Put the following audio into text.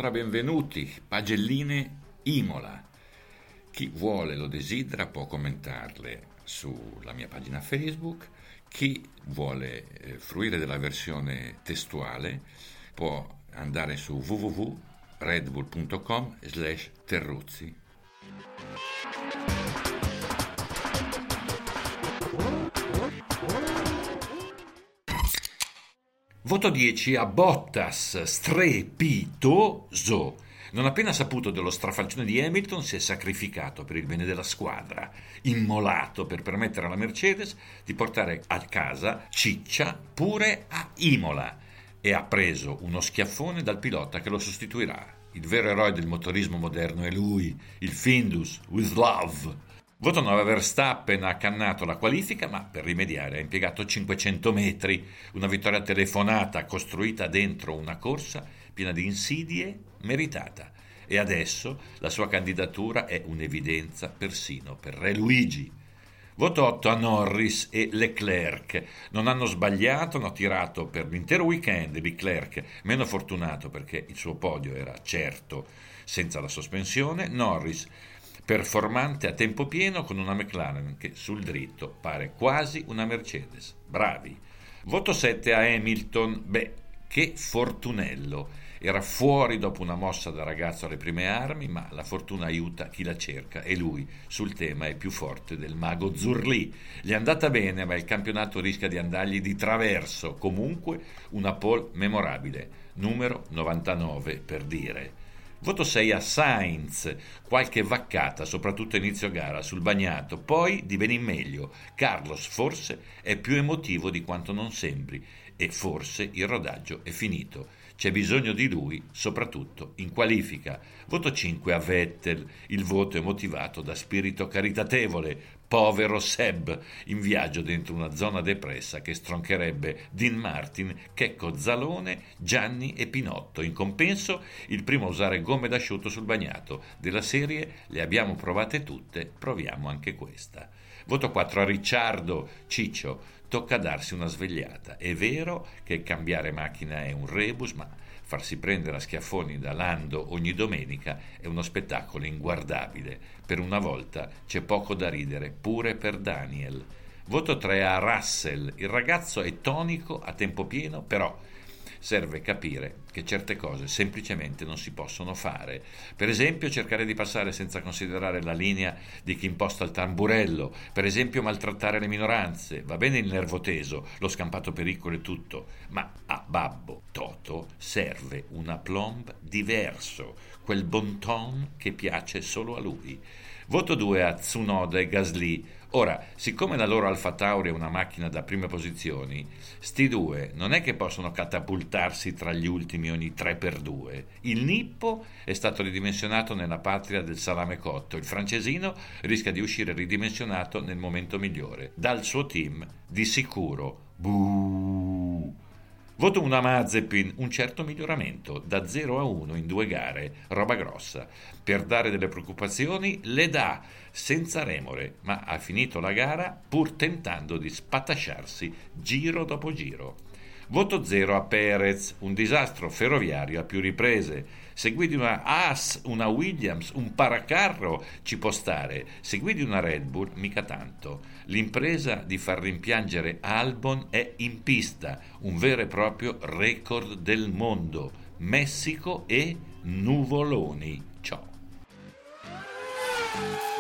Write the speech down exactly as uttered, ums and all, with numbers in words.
allora benvenuti, Pagelline Imola. Chi vuole lo desidera può commentarle sulla mia pagina Facebook, chi vuole eh, fruire della versione testuale può andare su w w w punto redbull punto com slash terruzzi. Voto dieci a Bottas, strepitoso. Non appena saputo dello strafalcione di Hamilton, si è sacrificato per il bene della squadra, immolato per permettere alla Mercedes di portare a casa Ciccia pure a Imola, e ha preso uno schiaffone dal pilota che lo sostituirà. Il vero eroe del motorismo moderno è lui, il Findus with love. Voto nove, Verstappen ha cannato la qualifica, ma per rimediare ha impiegato cinquecento metri, una vittoria telefonata costruita dentro una corsa piena di insidie, meritata. E adesso la sua candidatura è un'evidenza persino per Re Luigi. Voto otto a Norris e Leclerc. Non hanno sbagliato, hanno tirato per l'intero weekend. Leclerc meno fortunato perché il suo podio era certo senza la sospensione. Norris performante a tempo pieno con una McLaren che sul dritto pare quasi una Mercedes. Bravi. Voto sette a Hamilton. Beh, che fortunello. Era fuori dopo una mossa da ragazzo alle prime armi, ma la fortuna aiuta chi la cerca e lui sul tema è più forte del mago Zurlì. Gli è andata bene, ma il campionato rischia di andargli di traverso. Comunque una pole memorabile, numero novantanove per dire. Voto sei a Sainz, qualche vaccata, soprattutto inizio gara, sul bagnato, poi di bene in meglio. Carlos forse è più emotivo di quanto non sembri e forse il rodaggio è finito. C'è bisogno di lui, soprattutto in qualifica. Voto cinque a Vettel, il voto è motivato da spirito caritatevole. Povero Seb, in viaggio dentro una zona depressa che stroncherebbe Dean Martin, Checco Zalone, Gianni e Pinotto. In compenso, il primo a usare gomme d'asciutto sul bagnato. Della serie le abbiamo provate tutte, proviamo anche questa. Voto quattro a Ricciardo, Ciccio, tocca darsi una svegliata. È vero che cambiare macchina è un rebus, ma farsi prendere a schiaffoni da Lando ogni domenica è uno spettacolo inguardabile. Per una volta c'è poco da ridere, pure per Daniel. Voto tre a Russell. Il ragazzo è tonico a tempo pieno, però serve capire che certe cose semplicemente non si possono fare. Per esempio cercare di passare senza considerare la linea di chi imposta il tamburello, per esempio maltrattare le minoranze. Va bene il nervo teso, lo scampato pericolo e tutto, ma a babbo Toto serve un aplomb diverso, quel bon ton che piace solo a lui. Voto due a Tsunoda e Gasly. Ora, siccome la loro Alfa Tauri è una macchina da prime posizioni, sti due non è che possono catapultarsi tra gli ultimi ogni tre per due. Il Nippo è stato ridimensionato nella patria del salame cotto, il francesino rischia di uscire ridimensionato nel momento migliore. Dal suo team, di sicuro, buuuu. Voto uno a Mazepin, un certo miglioramento, da zero a uno in due gare, roba grossa. Per dare delle preoccupazioni le dà, senza remore, ma ha finito la gara pur tentando di spatasciarsi giro dopo giro. Voto zero a Perez, un disastro ferroviario a più riprese. Se guidi una Haas, una Williams, un paracarro ci può stare, se guidi una Red Bull mica tanto. L'impresa di far rimpiangere Albon è in pista, un vero e proprio record del mondo. Messico e nuvoloni. Ciao.